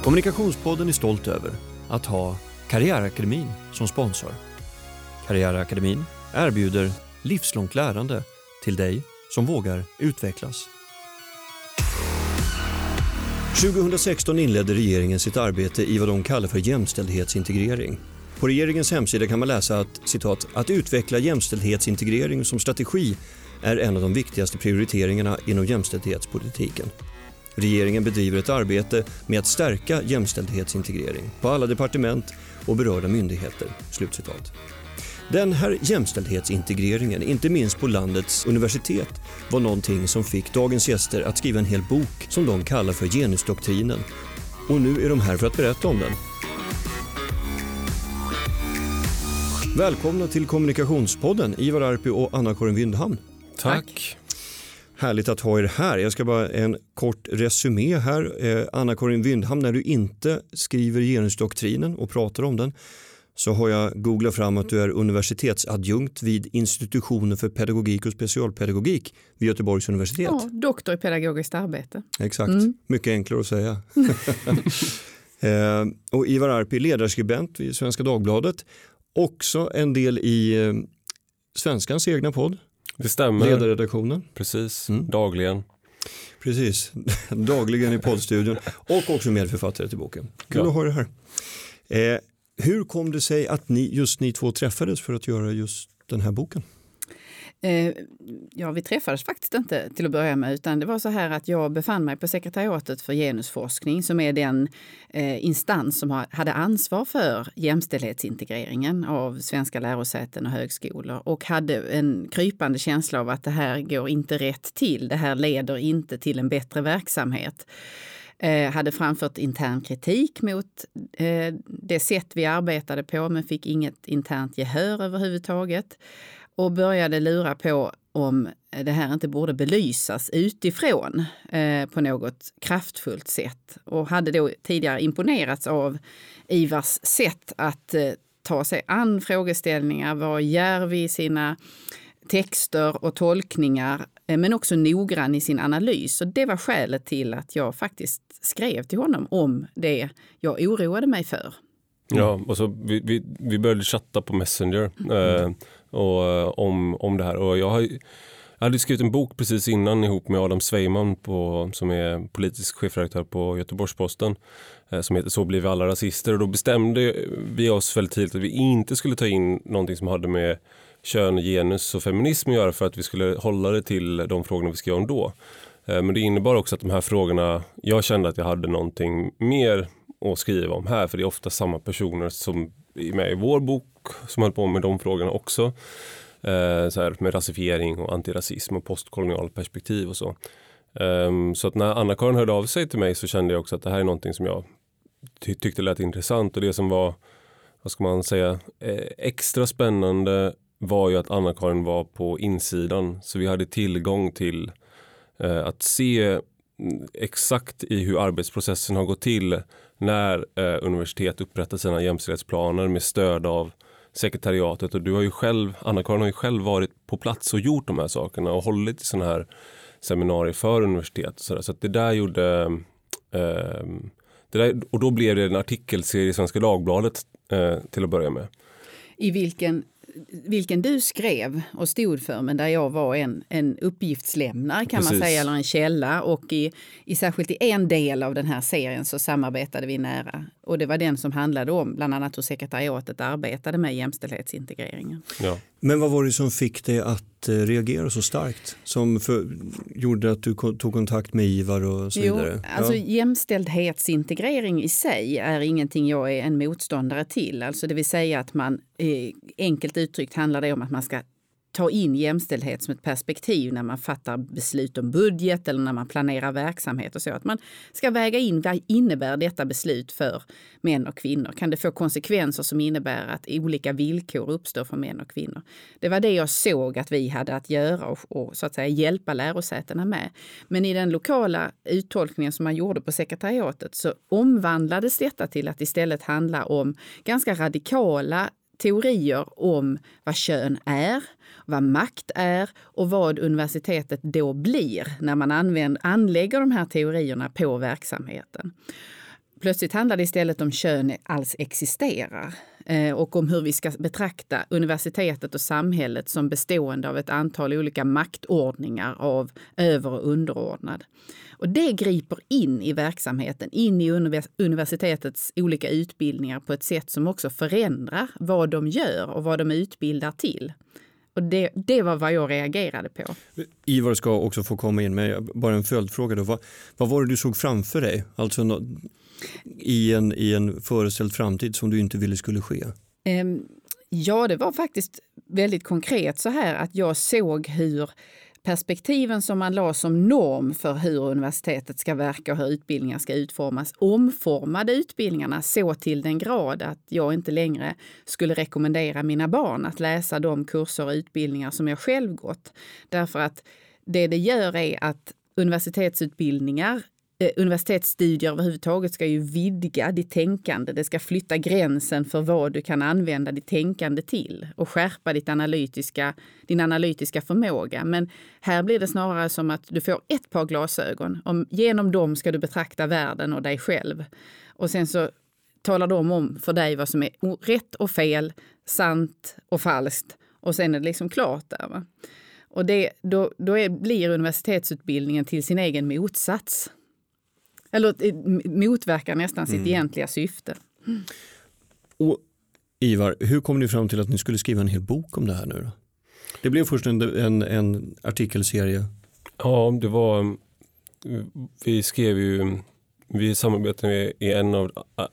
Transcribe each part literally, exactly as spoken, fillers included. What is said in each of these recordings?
Kommunikationspodden är stolt över att ha Karriärakademin som sponsor. Karriärakademin erbjuder livslångt lärande till dig som vågar utvecklas. tjugohundrasexton inledde regeringen sitt arbete i vad de kallar för jämställdhetsintegrering. På regeringens hemsida kan man läsa att, citat, att utveckla jämställdhetsintegrering som strategi är en av de viktigaste prioriteringarna inom jämställdhetspolitiken. Regeringen bedriver ett arbete med att stärka jämställdhetsintegrering på alla departement och berörda myndigheter. Slutcitat. Den här jämställdhetsintegreringen, inte minst på landets universitet, var någonting som fick dagens gäster att skriva en hel bok som de kallar för genusdoktrinen. Och nu är de här för att berätta om den. Välkomna till Kommunikationspodden, Ivar Arpi och Anna-Karin Wyndhamn. Tack. Härligt att ha er här. Jag ska bara en kort resumé här. Eh, Anna-Karin Wyndhamn, när du inte skriver genusdoktrinen och pratar om den, så har jag googlat fram att du är universitetsadjunkt vid institutionen för pedagogik och specialpedagogik vid Göteborgs universitet. Ja, doktor i pedagogiskt arbete. Exakt, mm. mycket enklare att säga. eh, och Ivar Arpi, ledarskribent vid Svenska Dagbladet. Också en del i eh, Svenskans egna podd. Det stämmer. Ledarredaktionen. Precis, mm. dagligen. Precis, dagligen i poddstudion. Och också medförfattare till boken. Kul ja. att ha det här. Eh, hur kom det sig att ni, just ni två träffades för att göra just den här boken? Eh, ja, vi träffades faktiskt inte till att börja med, utan det var så här att jag befann mig på sekretariatet för genusforskning, som är den eh, instans som har, hade ansvar för jämställdhetsintegreringen av svenska lärosäten och högskolor, och hade en krypande känsla av att det här går inte rätt till, det här leder inte till en bättre verksamhet. Eh, hade framfört intern kritik mot eh, det sätt vi arbetade på, men fick inget internt gehör överhuvudtaget. Och började lura på om det här inte borde belysas utifrån eh, på något kraftfullt sätt. Och hade då tidigare imponerats av Ivars sätt att eh, ta sig an frågeställningar, var djärv i sina texter och tolkningar, eh, men också noggrann i sin analys. Och det var skälet till att jag faktiskt skrev till honom om det jag oroade mig för. Mm. Ja, och så vi, vi, vi började chatta på Messenger eh, och, om, om det här. Och jag, har, jag hade skrivit en bok precis innan ihop med Adam Sveiman på, som är politisk chefredaktör på Göteborgs-Posten, eh, som heter Så blir vi alla rasister. Och då bestämde vi oss väldigt tidigt att vi inte skulle ta in någonting som hade med kön, genus och feminism att göra, för att vi skulle hålla det till de frågorna vi skrev om då. Eh, men det innebar också att de här frågorna, jag kände att jag hade någonting mer att skriva om här, för det är ofta samma personer som är med i vår bok som håller på med de frågorna också. Eh, så här med rasifiering och antirasism och postkolonial perspektiv och så. Eh, så att när Anna-Karin hörde av sig till mig så kände jag också att det här är någonting som jag ty- tyckte lät intressant, och det som var, vad ska man säga, eh, extra spännande var ju att Anna-Karin var på insidan, så vi hade tillgång till eh, att se exakt i hur arbetsprocessen har gått till när eh, universitet upprättar sina jämställdhetsplaner med stöd av sekretariatet. Och du har ju själv, Anna-Karin har ju själv varit på plats och gjort de här sakerna och hållit i sådana här seminarier för universitet. Och så där. Så att det där gjorde eh, det där, och då blev det en artikelserie i Svenska Dagbladet eh, till att börja med. I vilken vilken du skrev och stod för, men där jag var en, en uppgiftslämnare kan Precis. man säga, eller en källa, och i, i särskilt i en del av den här serien så samarbetade vi nära, och det var den som handlade om bland annat hur sekretariatet arbetade med jämställdhetsintegreringen. Ja. Men vad var det som fick dig att reagera så starkt, som för, gjorde att du tog kontakt med Ivar och så vidare? Jo, alltså ja. jämställdhetsintegrering i sig är ingenting jag är en motståndare till. Alltså det vill säga att man, eh, enkelt uttryckt handlar det om att man ska ta in jämställdhet som ett perspektiv när man fattar beslut om budget eller när man planerar verksamhet och så. Att man ska väga in, vad innebär detta beslut för män och kvinnor? Kan det få konsekvenser som innebär att olika villkor uppstår för män och kvinnor? Det var det jag såg att vi hade att göra och, och så att säga hjälpa lärosätena med. Men i den lokala uttolkningen som man gjorde på sekretariatet så omvandlades detta till att istället handla om ganska radikala teorier om vad kön är, vad makt är och vad universitetet då blir när man använder, anlägger de här teorierna på verksamheten. plötsligt handlar det istället om kön alls existerar eh, och om hur vi ska betrakta universitetet och samhället som bestående av ett antal olika maktordningar av över- och underordnad. Och det griper in i verksamheten, in i univers- universitetets olika utbildningar på ett sätt som också förändrar vad de gör och vad de utbildar till. Och det, det var vad jag reagerade på. Ivar ska också få komma in med bara en följdfråga då. Vad, vad var det du såg framför dig? Alltså no, i, en, i en föreställd framtid som du inte ville skulle ske? Um, ja, det var faktiskt väldigt konkret så här att jag såg hur perspektiven som man la som norm för hur universitetet ska verka och hur utbildningar ska utformas omformade utbildningarna så till den grad att jag inte längre skulle rekommendera mina barn att läsa de kurser och utbildningar som jag själv gått. Därför att det det gör är att universitetsutbildningar Eh, universitetsstudier överhuvudtaget ska ju vidga ditt tänkande. Det ska flytta gränsen för vad du kan använda ditt tänkande till och skärpa ditt analytiska, din analytiska förmåga. Men här blir det snarare som att du får ett par glasögon. Om, genom dem ska du betrakta världen och dig själv. Och sen så talar de om för dig vad som är rätt och fel, sant och falskt. Och sen är det liksom klart där, va? Och det, då, då är, blir universitetsutbildningen till sin egen motsats. Eller motverkar nästan sitt mm. egentliga syfte. Mm. Och Ivar, hur kom ni fram till att ni skulle skriva en hel bok om det här nu då? Det blev först en, en, en artikelserie. Ja, det var... Vi skrev ju... Vi samarbetade i en av...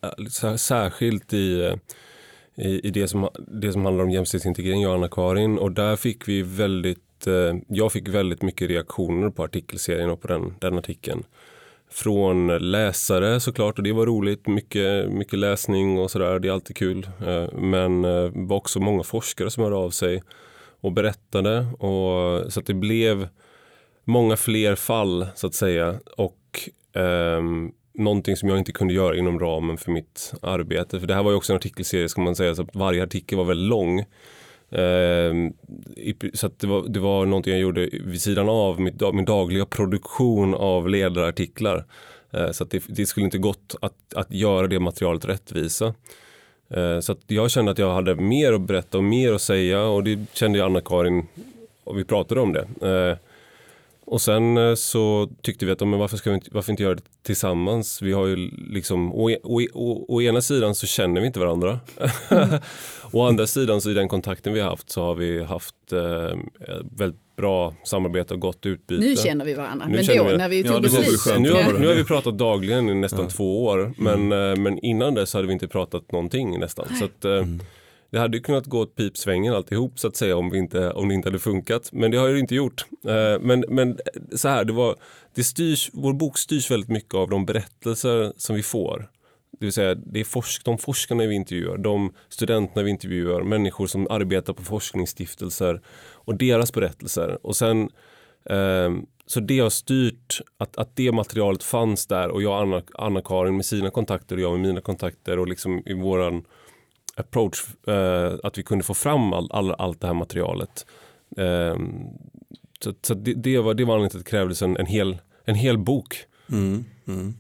Särskilt i, i, i det, som, det som handlar om jämställdhetsintegrering, jag och Anna-Karin. Och där fick vi väldigt... Jag fick väldigt mycket reaktioner på artikelserien och på den, den artikeln. Från läsare såklart, och det var roligt, mycket, mycket läsning och sådär, det är alltid kul. Men det var också många forskare som hörde av sig och berättade, och så att det blev många fler fall så att säga, och eh, någonting som jag inte kunde göra inom ramen för mitt arbete. För det här var ju också en artikelserie, ska man säga, så att varje artikel var väldigt lång. Så att det var, det var någonting jag gjorde vid sidan av mitt, min dagliga produktion av ledarartiklar. Så att det, det skulle inte gått att, att göra det materialet rättvisa. Så att jag kände att jag hade mer att berätta och mer att säga, och det kände jag Anna-Karin, och vi pratade om det. Och sen så tyckte vi att men varför ska vi inte, varför inte göra det tillsammans? Vi har ju liksom, å, å, å, å ena sidan så känner vi inte varandra. Mm. Å andra sidan så i den kontakten vi har haft så har vi haft eh, väldigt bra samarbete och gott utbyte. Nu känner vi varandra, nu men då vi, när vi tog ja, beslut. Nu har, nu har vi pratat dagligen i nästan ja. två år, men, mm. men innan dess hade vi inte pratat någonting nästan. Så att, eh, mm. det hade ju kunnat gå åt pipsvängen alltihop så att säga om, vi inte, om det inte hade funkat. Men det har ju inte gjort. Eh, men, men så här, det var, det styrs, vår bok styrs väldigt mycket av de berättelser som vi får. Det vill säga, det är forsk, de forskarna vi intervjuar, de studenterna vi intervjuar, människor som arbetar på forskningsstiftelser och deras berättelser. Och sen, eh, så det har styrt att, att det materialet fanns där, och jag och Anna, Anna-Karin med sina kontakter och jag med mina kontakter, och liksom i våran approach, eh, att vi kunde få fram all, all, allt det här materialet. Eh, så så det, det var det var anledningen till att det krävdes en, en, hel, en hel bok. Mm, mm.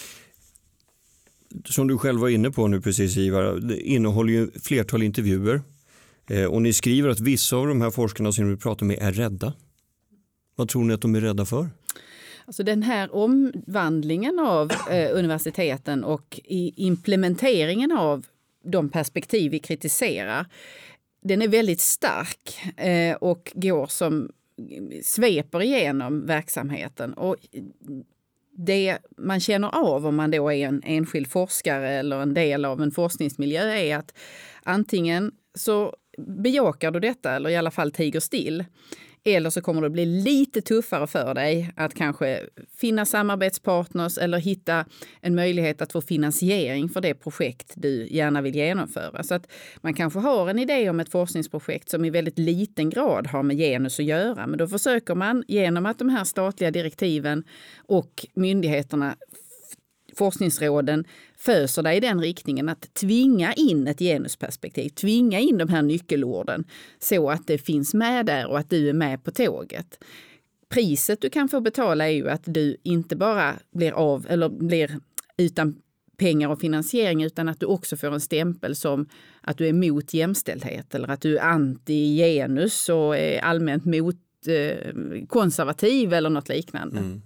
Som du själv var inne på nu precis, Ivar, det innehåller ju flertal intervjuer. Eh, och ni skriver att vissa av de här forskarna som vi pratar med är rädda. Vad tror ni att de är rädda för? Alltså den här omvandlingen av eh, universiteten och i implementeringen av de perspektiv vi kritiserar, den är väldigt stark eh, och går som sveper igenom verksamheten. Och det man känner av om man då är en enskild forskare eller en del av en forskningsmiljö är att antingen så bejakar du detta eller i alla fall tiger still. Eller så kommer det bli lite tuffare för dig att kanske finna samarbetspartners eller hitta en möjlighet att få finansiering för det projekt du gärna vill genomföra. Så att man kanske har en idé om ett forskningsprojekt som i väldigt liten grad har med genus att göra. Men då försöker man genom att de här statliga direktiven och myndigheterna, forskningsråden, föser dig i den riktningen att tvinga in ett genusperspektiv, tvinga in de här nyckelorden så att det finns med där och att du är med på tåget. Priset du kan få betala är ju att du inte bara blir av eller blir utan pengar och finansiering, utan att du också får en stämpel som att du är mot jämställdhet eller att du är anti-genus och är allmänt mot eh, konservativ eller något liknande. Mm.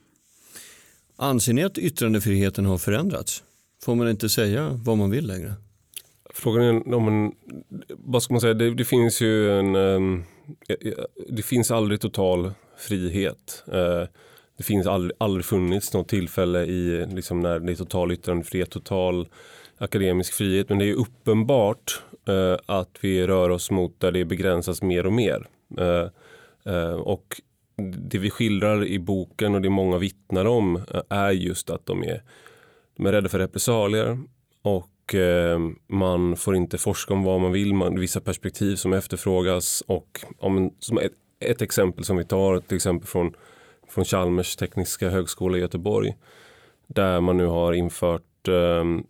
Anser ni att yttrandefriheten har förändrats? Får man inte säga vad man vill längre? Frågan är om man, vad ska man säga, det, det finns ju en, um, det finns aldrig total frihet. Uh, det finns aldrig, aldrig funnits något tillfälle i liksom när det är total yttrandefrihet, total akademisk frihet. Men det är uppenbart uh, att vi rör oss mot där det begränsas mer och mer. Uh, uh, och det vi skildrar i boken och det många vittnar om uh, är just att de är, de är rädda för repressalier och man får inte forska om vad man vill, man, vissa perspektiv som efterfrågas och om, som ett, ett exempel som vi tar till exempel från, från Chalmers tekniska högskola i Göteborg där man nu har infört um,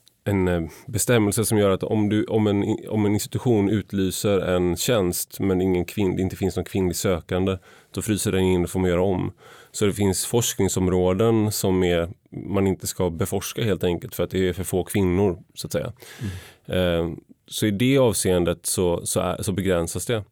en bestämmelse som gör att om, du, om, en, om en institution utlyser en tjänst men ingen kvinn, det inte finns någon kvinnlig sökande, då fryser den in och får man göra om. Så det finns forskningsområden som är, man inte ska beforska helt enkelt för att det är för få kvinnor så att säga. Mm. Så i det avseendet så, så, är, så begränsas det.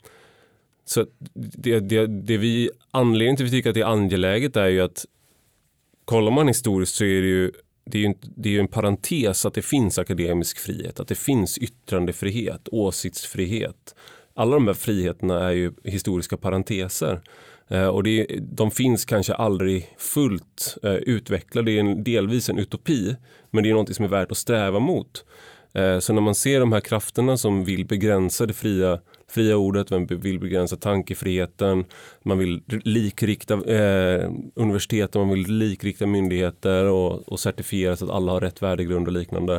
Så det, det, det vi, anledningen till att vi tycker att det är angeläget är ju att kollar man historiskt så är det ju Det är, ju en, det är ju en parentes att det finns akademisk frihet, att det finns yttrandefrihet, åsiktsfrihet. Alla de här friheterna är ju historiska parenteser. Eh, och det, de finns kanske aldrig fullt eh, utvecklade. Det är en, delvis en utopi, men det är något som är värt att sträva mot. Eh, så när man ser de här krafterna som vill begränsa det fria, fria ordet, man vill begränsa tankefriheten, man vill likrikta eh, universiteten, man vill likrikta myndigheter och, och certifiera så att alla har rätt värdegrund och liknande.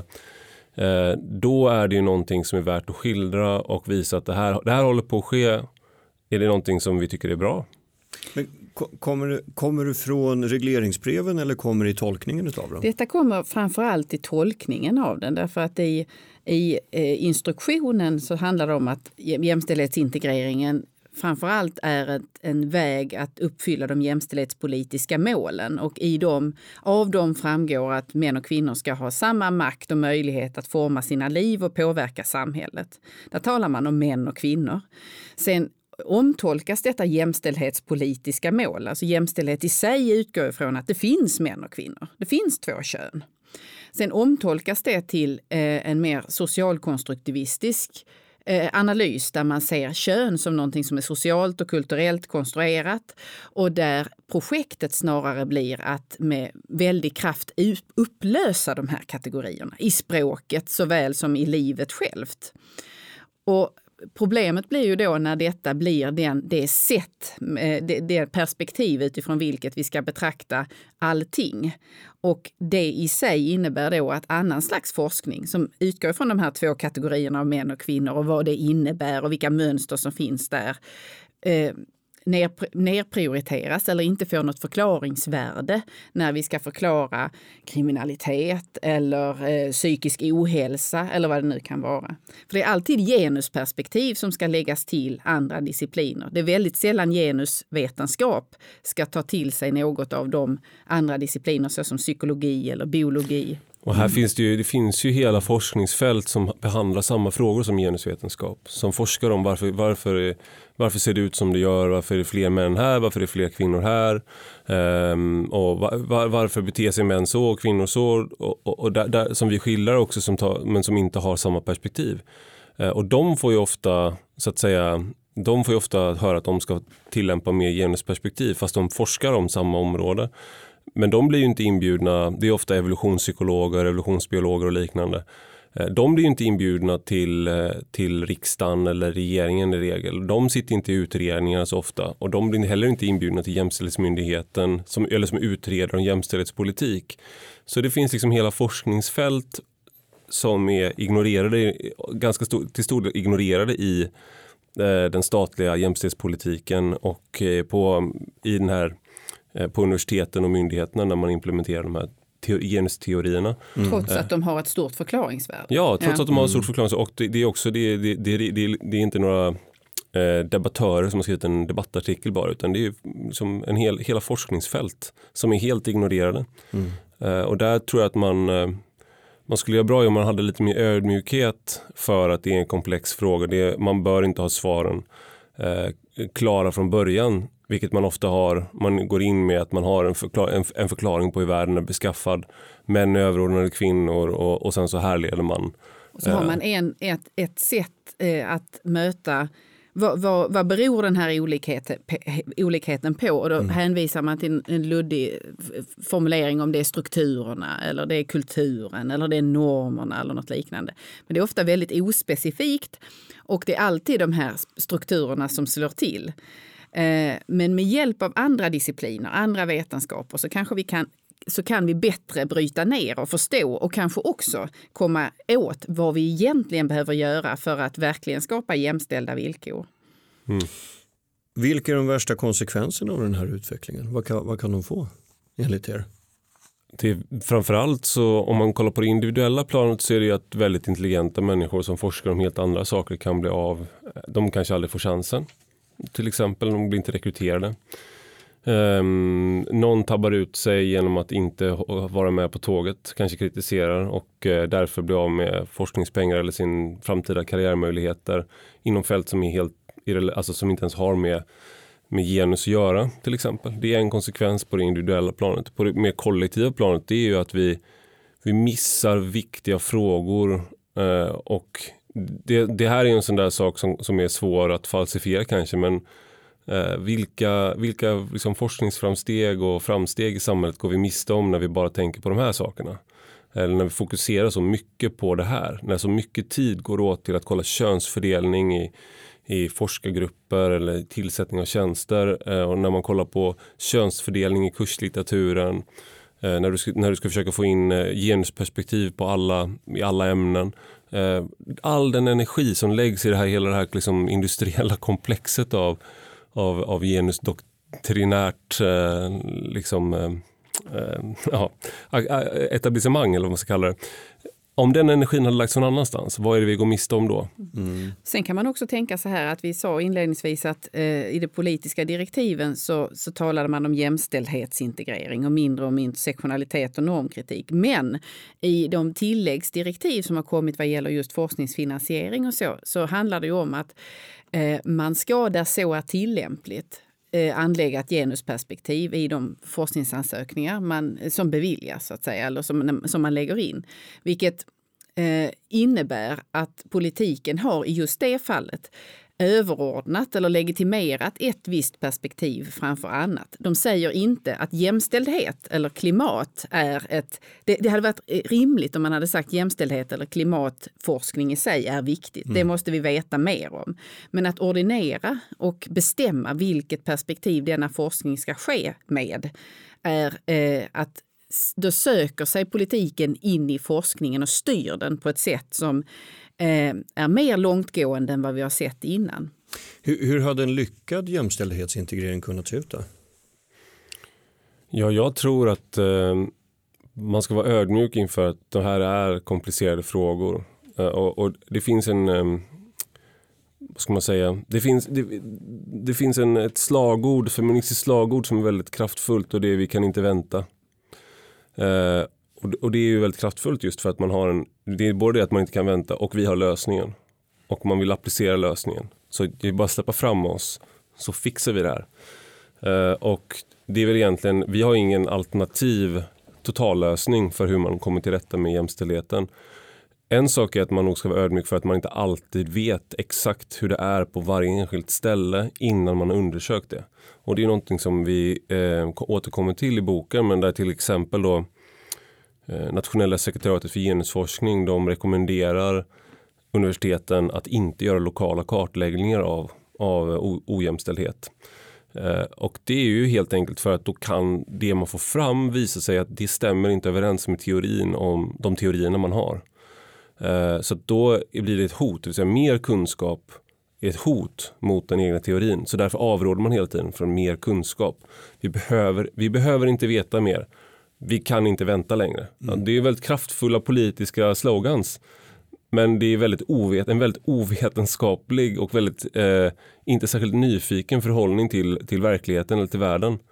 Eh, då är det ju någonting som är värt att skildra och visa att det här, det här håller på att ske. Är det någonting som vi tycker är bra? Men kommer, kommer du från regleringsbreven eller kommer det i tolkningen utav dem? Detta kommer framförallt i tolkningen av den, därför att i, i eh, instruktionen så handlar det om att jämställdhetsintegreringen framförallt är ett, en väg att uppfylla de jämställdhetspolitiska målen, och i dem, av dem framgår att män och kvinnor ska ha samma makt och möjlighet att forma sina liv och påverka samhället. Där talar man om män och kvinnor. Sen omtolkas detta jämställdhetspolitiska mål. Alltså jämställdhet i sig utgår ifrån att det finns män och kvinnor. Det finns två kön. Sen omtolkas det till eh, en mer socialkonstruktivistisk eh, analys där man ser kön som någonting som är socialt och kulturellt konstruerat, och där projektet snarare blir att med väldig kraft upplösa de här kategorierna i språket såväl som i livet självt. Och problemet blir ju då när detta blir den, det sätt, det, det perspektiv utifrån vilket vi ska betrakta allting. Och det i sig innebär då att annan slags forskning som utgår från de här två kategorierna av män och kvinnor och vad det innebär och vilka mönster som finns där, eh, ner, nerprioriteras eller inte får något förklaringsvärde när vi ska förklara kriminalitet eller eh, psykisk ohälsa eller vad det nu kan vara. För det är alltid genusperspektiv som ska läggas till andra discipliner. Det är väldigt sällan genusvetenskap ska ta till sig något av de andra discipliner såsom psykologi eller biologi. Och här mm. finns det ju, det finns ju hela forskningsfält som behandlar samma frågor som genusvetenskap. Som forskar om varför, varför, varför ser det ut som det gör, varför är det fler män här, varför är det fler kvinnor här. Um, och var, varför beter sig män så och kvinnor så. Och, och, och där, där, som vi skildrar också, som tar, men som inte har samma perspektiv. Uh, och de får ju ofta, så att säga, de får ju ofta höra att de ska tillämpa mer genusperspektiv fast de forskar om samma område. Men de blir ju inte inbjudna, det är ofta evolutionspsykologer, evolutionsbiologer och liknande. De blir ju inte inbjudna till, till riksdagen eller regeringen i regel. De sitter inte i utredningar så ofta. Och de blir heller inte inbjudna till jämställdhetsmyndigheten som, eller som utreder om jämställdhetspolitik. Så det finns liksom hela forskningsfält som är ignorerade, ganska stor, till stor del ignorerade i eh, den statliga jämställdhetspolitiken och eh, på, i den här på universiteten och myndigheterna när man implementerar de här te- genusteorierna. Mm. Trots att de har ett stort förklaringsvärde. Ja, trots ja. att de har ett stort förklaringsvärde. Och det, det är också det, det, det, det, det är inte några eh, debattörer som har skrivit en debattartikel bara, utan det är som en hel, hela forskningsfält som är helt ignorerade. Mm. Eh, och där tror jag att man eh, man skulle göra bra om man hade lite mer ödmjukhet för att det är en komplex fråga. Det, man bör inte ha svaren eh, klara från början, vilket man ofta har. Man går in med att man har en, förklar, en, en förklaring på hur världen är beskaffad. Män överordnade kvinnor och, och sen så härleder man. Och så har man en, ett, ett sätt eh, att möta vad, vad, vad beror den här olikheten, olikheten på? Och då mm. hänvisar man till en luddig formulering om det är strukturerna eller det är kulturen eller det är normerna eller något liknande. Men det är ofta väldigt ospecifikt och det är alltid de här strukturerna som slår till. Eh, men med hjälp av andra discipliner, andra vetenskaper så kanske vi kan så kan vi bättre bryta ner och förstå och kanske också komma åt vad vi egentligen behöver göra för att verkligen skapa jämställda villkor. Mm. Vilka är de värsta konsekvenserna av den här utvecklingen? Vad kan, vad kan de få enligt er? Det är, framförallt så om man kollar på det individuella planet så är det ju att väldigt intelligenta människor som forskar om helt andra saker kan bli av. De kanske aldrig får chansen. Till exempel, de blir inte rekryterade. Um, någon tabbar ut sig genom att inte vara med på tåget, kanske kritiserar och uh, därför blir av med forskningspengar eller sin framtida karriärmöjligheter inom fält som är helt alltså som inte ens har med, med genus att göra till exempel. Det är en konsekvens på det individuella planet. På det mer kollektiva planet det är ju att vi, vi missar viktiga frågor uh, och det, det här är en sån där sak som, som är svår att falsifiera kanske, men Eh, vilka vilka liksom forskningsframsteg och framsteg i samhället går vi miste om när vi bara tänker på de här sakerna? Eller när vi fokuserar så mycket på det här. När så mycket tid går åt till att kolla könsfördelning i, i forskargrupper eller tillsättning av tjänster. Eh, och när man kollar på könsfördelning i kurslitteraturen. Eh, när, du ska, när du ska försöka få in eh, genusperspektiv på alla, i alla ämnen. Eh, all den energi som läggs i det här, hela det här liksom industriella komplexet av av, av genusdoktrinärt eh, liksom, eh, ja, etablissemang eller vad man ska kalla det. Om den energin hade lagts någon annanstans, vad är det vi går miste om då? Mm. Sen kan man också tänka så här att vi sa inledningsvis att eh, i de politiska direktiven så, så talade man om jämställdhetsintegrering och mindre om intersektionalitet och normkritik. Men i de tilläggsdirektiv som har kommit vad gäller just forskningsfinansiering och så, så handlar det ju om att eh, man ska där så är tillämpligt eh, anlägga ett genusperspektiv i de forskningsansökningar man, som beviljas så att säga, eller som, som man lägger in. Vilket eh, innebär att politiken har i just det fallet överordnat eller legitimerat ett visst perspektiv framför annat. De säger inte att jämställdhet eller klimat är ett... Det, det hade varit rimligt om man hade sagt jämställdhet eller klimatforskning i sig är viktigt. Mm. Det måste vi veta mer om. Men att ordinera och bestämma vilket perspektiv denna forskning ska ske med är eh, att då söker sig politiken in i forskningen och styr den på ett sätt som eh, är mer långtgående än vad vi har sett innan. Hur, hur hade en lyckad jämställdhetsintegrering kunnat se ut då? Ja, jag tror att eh, man ska vara ödmjuk inför att det här är komplicerade frågor. Eh, och, och det finns en... Eh, vad ska man säga? Det finns, det, det finns en, ett slagord, feministiskt slagord som är väldigt kraftfullt och det är vi kan inte vänta. Uh, och, och det är ju väldigt kraftfullt just för att man har en, det är både det att man inte kan vänta och vi har lösningen och man vill applicera lösningen, så det är bara att släppa fram oss så fixar vi det här. Uh, och det är väl egentligen, vi har ingen alternativ totallösning för hur man kommer till rätta med jämställdheten. En sak är att man nog ska vara ödmjuk för att man inte alltid vet exakt hur det är på varje enskilt ställe innan man har undersökt det. Och det är någonting som vi eh, återkommer till i boken, men där till exempel då eh, Nationella sekretariatet för genusforskning, de rekommenderar universiteten att inte göra lokala kartläggningar av, av o- ojämställdhet. Eh, och det är ju helt enkelt för att då kan det man får fram visa sig att det stämmer inte överens med teorin om de teorierna man har. Eh, så då blir det ett hot, det vill säga mer kunskap är ett hot mot den egna teorin. Så därför avråder man hela tiden från mer kunskap. Vi behöver, vi behöver inte veta mer. Vi kan inte vänta längre. Mm. Det är väldigt kraftfulla politiska slogans. Men det är väldigt ovet, en väldigt ovetenskaplig och väldigt eh, inte särskilt nyfiken förhållning till, till verkligheten eller till världen.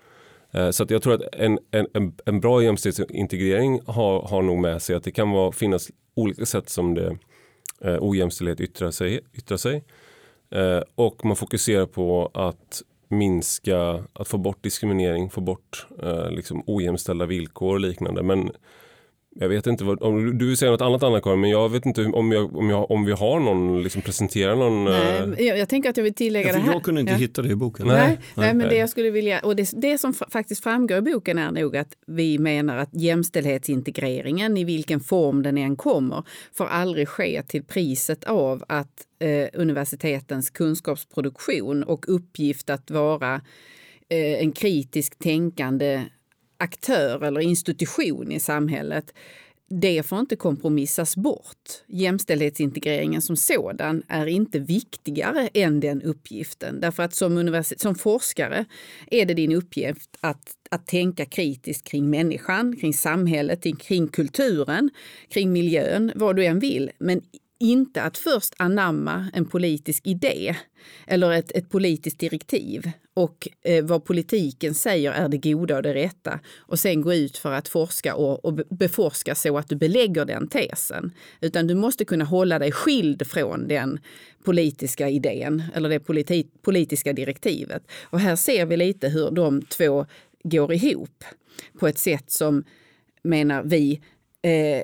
Så att jag tror att en, en, en bra jämställdhetsintegrering har, har nog med sig att det kan vara, finnas olika sätt som det eh, ojämställdhet yttrar sig, yttrar sig. Eh, och man fokuserar på att minska, att få bort diskriminering, få bort eh, liksom ojämställda villkor och liknande. Men jag vet inte vad, om du vill säga något annat, Anna-Karin, men jag vet inte om, jag, om, jag, om vi har någon, liksom presentera någon... Nej, jag, jag tänker att jag vill tillägga ja, det här. Jag kunde inte ja. hitta det i boken. Nej, nej, nej, nej men det jag skulle vilja, och det, det som faktiskt framgår i boken är nog att vi menar att jämställdhetsintegreringen, i vilken form den än kommer, får aldrig ske till priset av att eh, universitetens kunskapsproduktion och uppgift att vara eh, en kritiskt tänkande aktör eller institution i samhället, det får inte kompromissas bort. Jämställdhetsintegreringen som sådan är inte viktigare än den uppgiften. Därför att som, universitet, som forskare är det din uppgift att, att tänka kritiskt kring människan, kring samhället, kring kulturen, kring miljön, vad du än vill. Men inte att först anamma en politisk idé eller ett, ett politiskt direktiv och eh, vad politiken säger är det goda och det rätta och sen gå ut för att forska och, och beforska så att du belägger den tesen. Utan du måste kunna hålla dig skild från den politiska idén eller det politi- politiska direktivet. Och här ser vi lite hur de två går ihop på ett sätt som, menar vi, eh,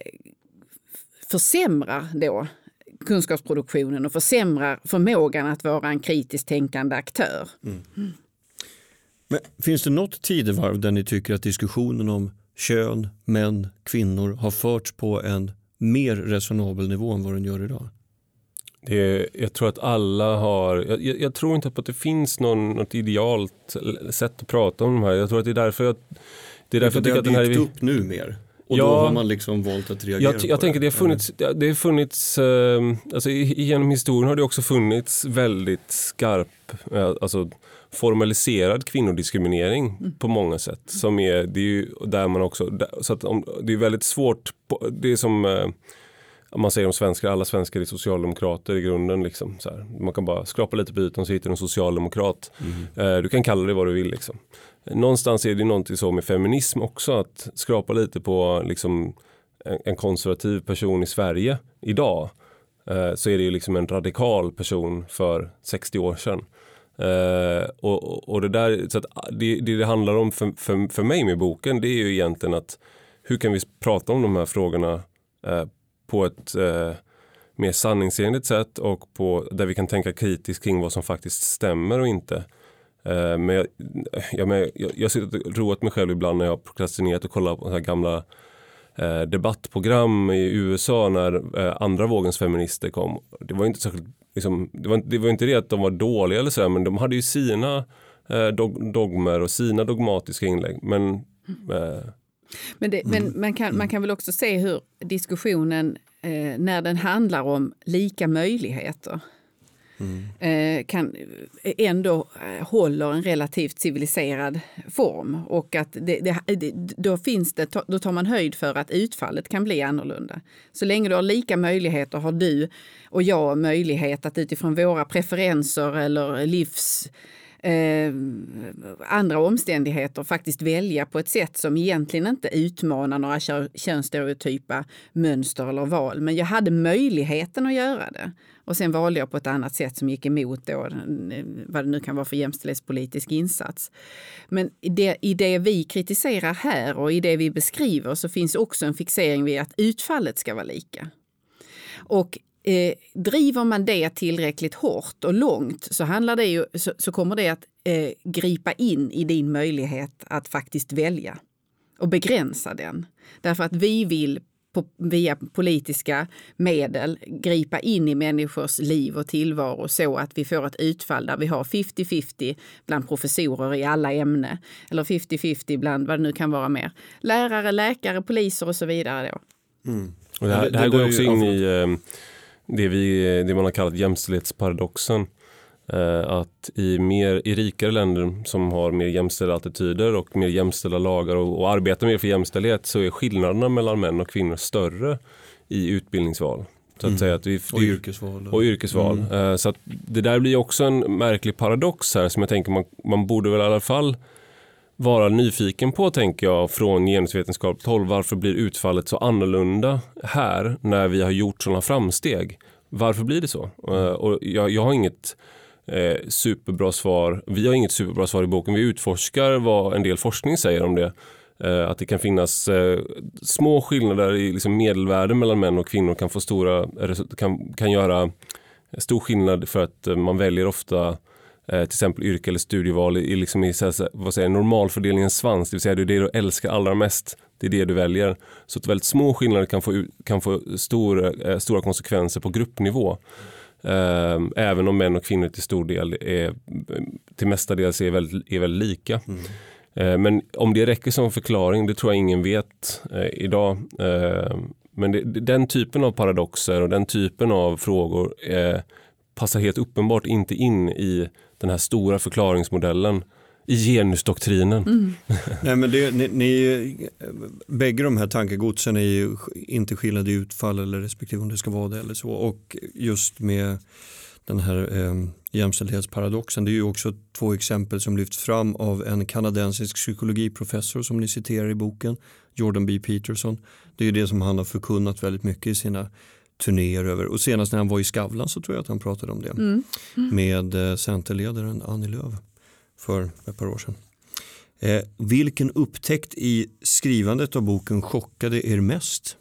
försämrar då kunskapsproduktionen och försämrar förmågan att vara en kritiskt tänkande aktör. Mm. Mm. Men finns det något tidevarv där ni tycker att diskussionen om kön, män, kvinnor har förts på en mer resonabel nivå än vad den gör idag? Det är, jag tror att alla har... Jag, jag tror inte på att det finns någon, något idealt sätt att prata om de här. Jag tror att det är därför jag... Det är därför jag tycker att den här... Det har dykt upp nu mer. Och ja, då har man liksom valt att reagera jag, på jag det. tänker det har funnits, det har funnits eh, alltså genom historien har det också funnits väldigt skarp, eh, alltså formaliserad kvinnodiskriminering mm. på många sätt. Som är, det är ju där man också, så att om, det är väldigt svårt, det är som eh, man säger om svenskar, alla svenskar är socialdemokrater i grunden. Liksom, så här. Man kan bara skrapa lite på ytan så hittar en socialdemokrat. Mm. Eh, du kan kalla det vad du vill liksom. Någonstans är det någonting så med feminism också, att skrapa lite på liksom en, en konservativ person i Sverige idag, eh, så är det ju liksom en radikal person för sextio år sedan. Eh, och, och det där, så att det, det det handlar om för, för, för mig med boken, det är ju egentligen att hur kan vi prata om de här frågorna eh, på ett eh, mer sanningsenligt sätt och på, där vi kan tänka kritiskt kring vad som faktiskt stämmer och inte. Men jag, jag, jag, jag sitter och roat mig själv ibland när jag har prokrastinerat och kollat på så här gamla eh, debattprogram i U S A när eh, andra vågens feminister kom. Det var inte särskilt, liksom, det, var, det var inte det att de var dåliga eller sådär, men de hade ju sina eh, dog, dogmer och sina dogmatiska inlägg. Men, eh, men, det, mm. men man, kan, man kan väl också se hur diskussionen eh, när den handlar om lika möjligheter Mm. kan ändå håller en relativt civiliserad form och att det, det, då finns det, då tar man höjd för att utfallet kan bli annorlunda. Så länge du har lika möjligheter har du och jag möjlighet att utifrån våra preferenser eller livs Eh, andra omständigheter faktiskt välja på ett sätt som egentligen inte utmanar några könsstereotypa mönster eller val. Men jag hade möjligheten att göra det. Och sen valde jag på ett annat sätt som gick emot då, vad det nu kan vara för jämställdhetspolitisk insats. Men i det, i det vi kritiserar här och i det vi beskriver så finns också en fixering vid att utfallet ska vara lika. Och Eh, driver man det tillräckligt hårt och långt så, handlar det ju, så, så kommer det att eh, gripa in i din möjlighet att faktiskt välja och begränsa den. Därför att vi vill på, via politiska medel gripa in i människors liv och tillvaro så att vi får ett utfall där vi har femtio femtio bland professorer i alla ämnen eller femtio femtio bland vad det nu kan vara mer. Lärare, läkare, poliser och så vidare. Då. Mm. Och det här, det här går också in i... Eh, Det, vi, det man har kallat jämställdhetsparadoxen. Eh, att i, mer, i rikare länder som har mer jämställda attityder och mer jämställda lagar och, och arbetar mer för jämställdhet så är skillnaderna mellan män och kvinnor större i utbildningsval. Så att mm. säga att vi, och yrkesval. Och yrkesval. Mm. Eh, så att det där blir också en märklig paradox här som jag tänker man, man borde väl i alla fall vara nyfiken på, tänker jag, från genusvetenskapligt håll. Varför blir utfallet så annorlunda här när vi har gjort sådana framsteg? Varför blir det så? Uh, och jag, jag har inget eh, superbra svar. Vi har inget superbra svar i boken. Vi utforskar vad en del forskning säger om det. Uh, att det kan finnas uh, små skillnader i liksom, medelvärden mellan män och kvinnor kan få stora kan, kan göra stor skillnad för att uh, man väljer ofta uh, till exempel yrke eller studieval i, liksom, i så här, vad säger, normalfördelningens svans. Det vill säga det är det du älskar allra mest. Det är det du väljer. Så att väldigt små skillnader kan få, kan få stor, uh, stora konsekvenser på gruppnivå. Uh, även om män och kvinnor till stor del är, till mestadels är väldigt, är väldigt lika. Mm. Men om det räcker som förklaring, det tror jag ingen vet eh, idag. Eh, men det, den typen av paradoxer och den typen av frågor eh, passar helt uppenbart inte in i den här stora förklaringsmodellen i genusdoktrinen. Mm. Nej, men det, ni, ni, bägge de här tankegodsen är ju inte skillnad i utfall eller respektive om det ska vara det eller så. Och just med den här eh, jämställdhetsparadoxen, det är ju också två exempel som lyfts fram av en kanadensisk psykologiprofessor som ni citerar i boken, Jordan B. Peterson. Det är ju det som han har förkunnat väldigt mycket i sina turnéer över. Och senast när han var i Skavlan så tror jag att han pratade om det mm. Mm. med eh, centerledaren Annie Lööf för ett par år sedan. Eh, vilken upptäckt i skrivandet av boken chockade er mest?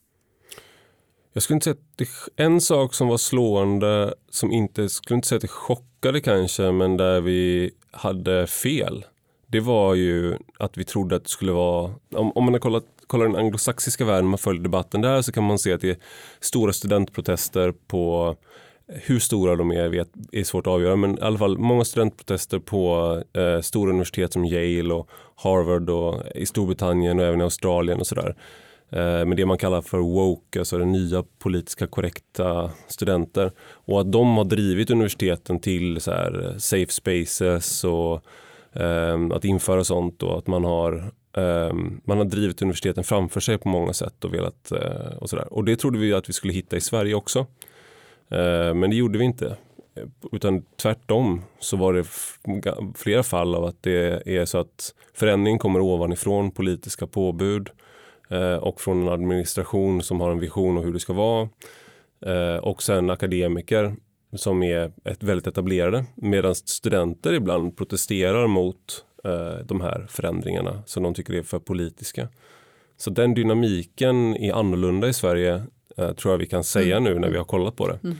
Jag skulle inte säga att det, en sak som var slående som inte, skulle inte säga att det chockade kanske, men där vi hade fel. Det var ju att vi trodde att det skulle vara, om, om man har kollat, kollar den anglosaxiska världen, man följer debatten där, så kan man se att det är stora studentprotester på, hur stora de är vet, är svårt att avgöra, men i alla fall många studentprotester på eh, stora universitet som Yale och Harvard och i Storbritannien och även i Australien och sådär. Med det man kallar för woke, alltså den nya politiska korrekta studenter. Och att de har drivit universiteten till så här safe spaces och um, att införa sånt, och att man har, um, man har drivit universiteten framför sig på många sätt och velat uh, och sådär. Och det trodde vi att vi skulle hitta i Sverige också. Uh, men det gjorde vi inte. Utan tvärtom så var det f- flera fall av att det är så att förändring kommer ovanifrån politiska påbud och från en administration som har en vision av hur det ska vara, och sen akademiker som är ett väldigt etablerade, medan studenter ibland protesterar mot de här förändringarna som de tycker är för politiska. Så den dynamiken är annorlunda i Sverige, tror jag vi kan säga nu när vi har kollat på det. Mm.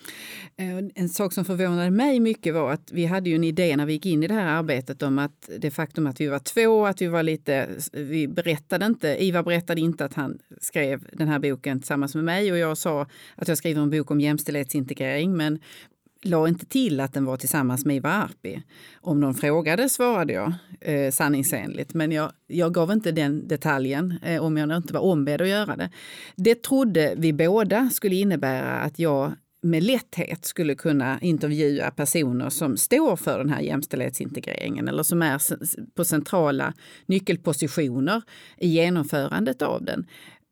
En sak som förvånade mig mycket var att vi hade ju en idé när vi gick in i det här arbetet om att det faktum att vi var två, att vi var lite, vi berättade inte, Ivar berättade inte att han skrev den här boken tillsammans med mig, och jag sa att jag skriver en bok om jämställdhetsintegrering, men la inte till att den var tillsammans med Ivar Arpi. Om någon frågade svarade jag eh, sanningsenligt, men jag, jag gav inte den detaljen eh, om jag inte var ombedd att göra det. Det trodde vi båda skulle innebära att jag med lätthet skulle kunna intervjua personer som står för den här jämställdhetsintegreringen eller som är på centrala nyckelpositioner i genomförandet av den.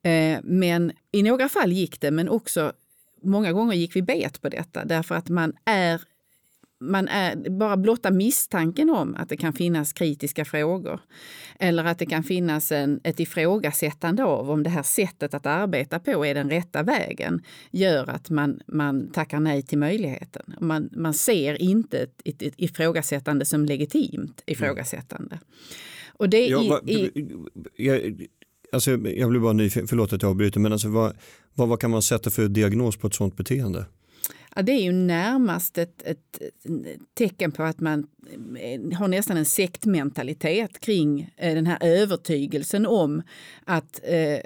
Men i några fall gick det, men också många gånger gick vi bet på detta därför att man är Man är bara blotta misstanken om att det kan finnas kritiska frågor eller att det kan finnas en, ett ifrågasättande av om det här sättet att arbeta på är den rätta vägen, gör att man, man tackar nej till möjligheten. Man, man ser inte ett, ett, ett ifrågasättande som legitimt ifrågasättande. Mm. Och det ja, i, va, i, jag, alltså, jag blir bara nyfiken, förlåt att jag avbryter, men alltså, vad, vad, vad kan man sätta för diagnos på ett sådant beteende? Ja, det är ju närmast ett, ett tecken på att man har nästan en sektmentalitet kring den här övertygelsen om att eh,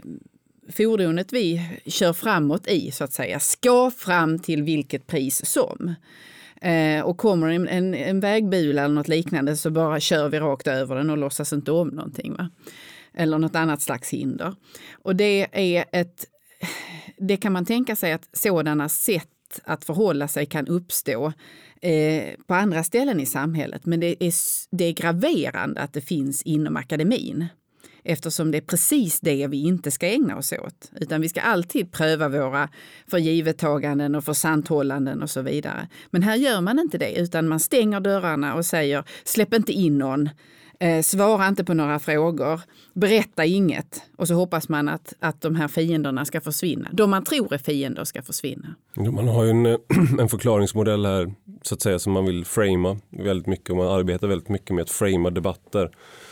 fordonet vi kör framåt i, så att säga, ska fram till vilket pris som. Eh, och kommer en, en, en vägbula eller något liknande så bara kör vi rakt över den och låtsas inte om någonting, va? Eller något annat slags hinder. Och det är ett, det kan man tänka sig att sådana sätt att förhålla sig kan uppstå eh, på andra ställen i samhället. Men det är, det är graverande att det finns inom akademin. Eftersom det är precis det vi inte ska ägna oss åt. Utan vi ska alltid pröva våra förgivettaganden och försanthållanden och så vidare. Men här gör man inte det, utan man stänger dörrarna och säger släpp inte in någon. Eh, svara inte på några frågor, berätta inget och så hoppas man att, att de här fienderna ska försvinna. De man tror är fiender ska försvinna. Man har ju en, en förklaringsmodell här så att säga som man vill framea väldigt mycket och man arbetar väldigt mycket med att framea debatter.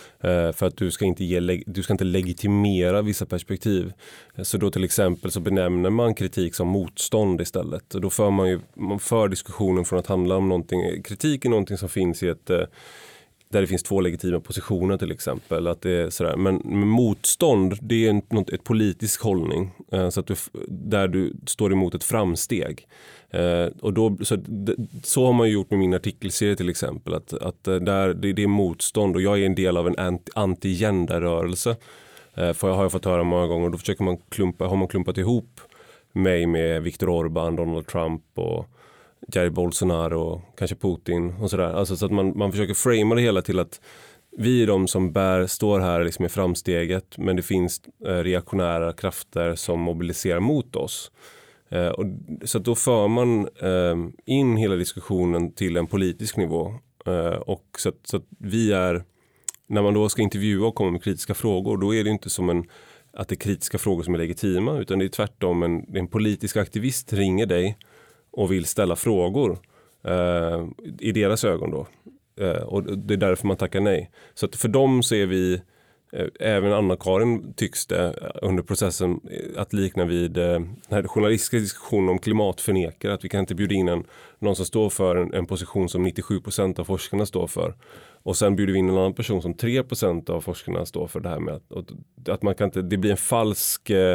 För att du ska, inte ge, du ska inte legitimera vissa perspektiv. Så då till exempel så benämner man kritik som motstånd istället. Och då för man ju man för diskussionen från att handla om någonting. Kritik är någonting som finns i ett, där det finns två legitima positioner till exempel. Att det är sådär. Men, men motstånd, det är en, ett politisk hållning. Så att du, där du står emot ett framsteg. Uh, och då, så, så har man ju gjort med min artikelserie till exempel att, att där, det, det är motstånd och jag är en del av en anti, anti-gender-rörelse uh, för jag har jag fått höra många gånger och då försöker man klumpa, har man klumpat ihop mig med Viktor Orbán, Donald Trump och Jair Bolsonaro och kanske Putin och sådär, alltså så att man, man försöker framea det hela till att vi är de som bär, står här liksom i framsteget men det finns uh, reaktionära krafter som mobiliserar mot oss. Uh, och, så då för man uh, in hela diskussionen till en politisk nivå. Uh, och så att, så att vi är, när man då ska intervjua och komma med kritiska frågor, då är det inte som en, att det är kritiska frågor som är legitima, utan det är tvärtom en, en politisk aktivist ringer dig och vill ställa frågor uh, i deras ögon då. Uh, och det är därför man tackar nej. Så att för dem så är vi, även Anna-Karin tycks det under processen att likna vid den här journalistiska diskussionen om klimatförnekare, att vi kan inte bjuda in en, någon som står för en, en position som nittiosju procent av forskarna står för och sen bjuder vi in en annan person som tre procent av forskarna står för det här med att, att man kan inte, det blir en falsk eh,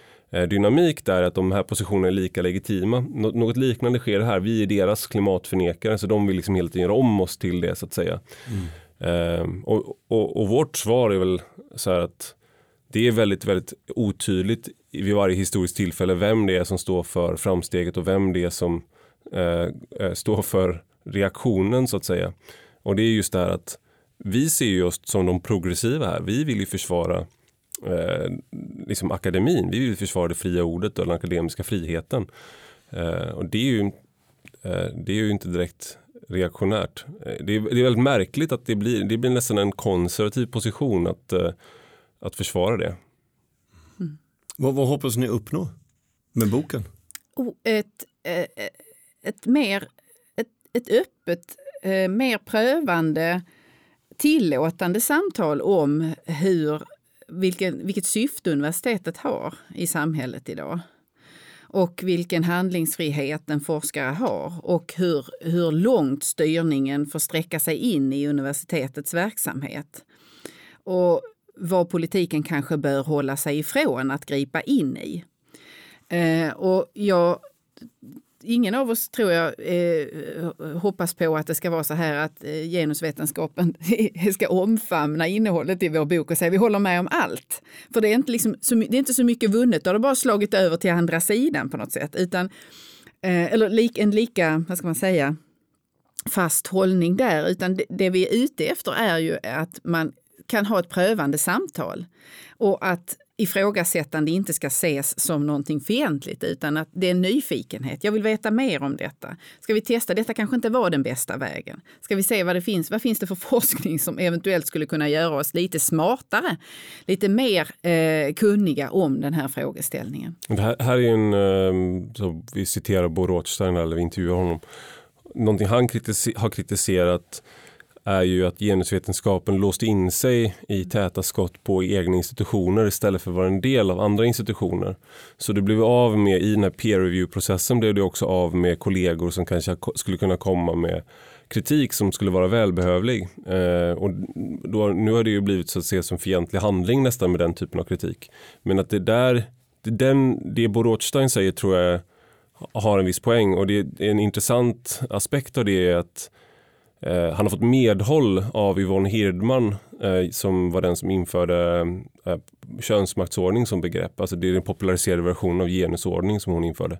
dynamik där att de här positionerna är lika legitima. Nå- något liknande sker här, vi är deras klimatförnekare så de vill liksom hela tiden göra om oss till det så att säga. Mm. Um, och, och, och vårt svar är väl så här att det är väldigt, väldigt otydligt vid varje historiskt tillfälle vem det är som står för framsteget och vem det är som uh, står för reaktionen så att säga. Och det är just det här att vi ser just som de progressiva här. Vi vill ju försvara uh, liksom akademin. Vi vill försvara det fria ordet och den akademiska friheten. Uh, och det är ju, uh, det är ju inte direkt reaktionärt. Det är, det är väldigt märkligt att det blir, det blir nästan en konservativ position att, att försvara det. Mm. Vad, vad hoppas ni uppnå med boken? Oh, ett, ett, mer, ett, ett öppet, mer prövande, tillåtande samtal om hur, vilken, vilket syfte universitetet har i samhället idag. Och vilken handlingsfrihet en forskare har och hur, hur långt styrningen får sträcka sig in i universitetets verksamhet. Och vad politiken kanske bör hålla sig ifrån att gripa in i. Eh, och jag, ingen av oss tror jag eh, hoppas på att det ska vara så här att eh, genusvetenskapen ska omfamna innehållet i vår bok och säga vi håller med om allt. För det är inte, liksom, så, det är inte så mycket vunnet, då har det bara slagit över till andra sidan på något sätt. Utan, eh, eller lik, en lika, vad ska man säga, fast hållning där. Utan det, det vi är ute efter är ju att man kan ha ett prövande samtal och att ifrågasättande inte ska ses som någonting fientligt utan att det är en nyfikenhet. Jag vill veta mer om detta. Ska vi testa? Detta kanske inte var den bästa vägen. Ska vi se vad det finns? Vad finns det för forskning som eventuellt skulle kunna göra oss lite smartare, lite mer eh, kunniga om den här frågeställningen? Det här, här är en, eh, så vi citerar Bo Rothstein eller vi intervjuar honom. Någonting han kritiser- har kritiserat är ju att genusvetenskapen låste in sig i täta skott på egna institutioner istället för att vara en del av andra institutioner. Så det blev av med, i den här peer review-processen blev det också av med kollegor som kanske skulle kunna komma med kritik som skulle vara välbehövlig. Eh, och då, nu har det ju blivit så att se som fientlig handling nästan med den typen av kritik. Men att det där, det, den, det Bo Rothstein säger tror jag har en viss poäng och det är en intressant aspekt av det är att Uh, han har fått medhåll av Yvonne Hirdman uh, som var den som införde uh, könsmaktsordning som begrepp. Alltså det är den populariserade versionen av genusordning som hon införde.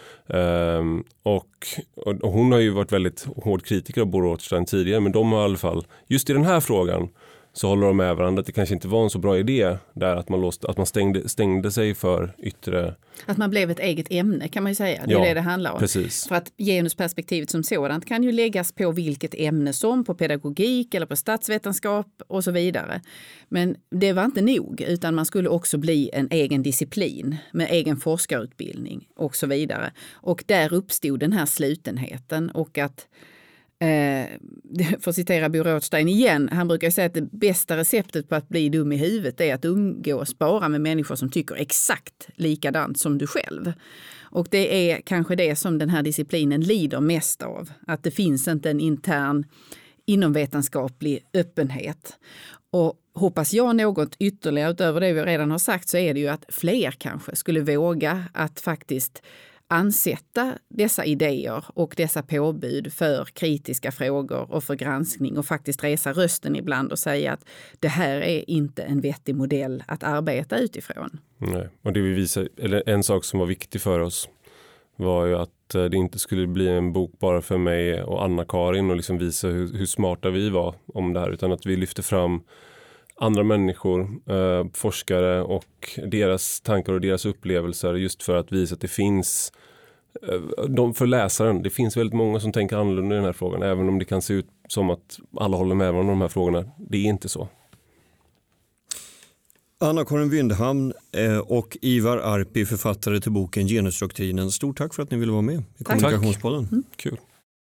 Uh, och, och, och hon har ju varit väldigt hård kritiker av Bo Rothstein tidigare men de har i alla fall, just i den här frågan så håller de med varandra. Det kanske inte var en så bra idé där att man, låste, att man stängde, stängde sig för yttre... Att man blev ett eget ämne kan man ju säga. Det är ja, det det handlar om. Precis. För att genusperspektivet som sådant kan ju läggas på vilket ämne som, på pedagogik eller på statsvetenskap och så vidare. Men det var inte nog, utan man skulle också bli en egen disciplin med egen forskarutbildning och så vidare. Och där uppstod den här slutenheten och att Eh, för att citera Bo Rothstein igen, han brukar säga att det bästa receptet på att bli dum i huvudet är att umgås bara med människor som tycker exakt likadant som du själv. Och det är kanske det som den här disciplinen lider mest av. Att det finns inte en intern inomvetenskaplig öppenhet. Och hoppas jag något ytterligare utöver det vi redan har sagt, så är det ju att fler kanske skulle våga att faktiskt ansätta dessa idéer och dessa påbud för kritiska frågor och för granskning och faktiskt resa rösten ibland och säga att det här är inte en vettig modell att arbeta utifrån. Nej. Och det vi visar, eller en sak som var viktig för oss var ju att det inte skulle bli en bok bara för mig och Anna-Karin och liksom visa hur, hur smarta vi var om det här, utan att vi lyfter fram andra människor, eh, forskare och deras tankar och deras upplevelser, just för att visa att det finns eh, de, för läsaren, det finns väldigt många som tänker annorlunda i den här frågan, även om det kan se ut som att alla håller med om de här frågorna. Det är inte så. Anna-Karin Wyndhamn eh, och Ivar Arpi, författare till boken Genusdoktrinen. Stort tack för att ni ville vara med i Kommunikationspodden. Mm. Kul.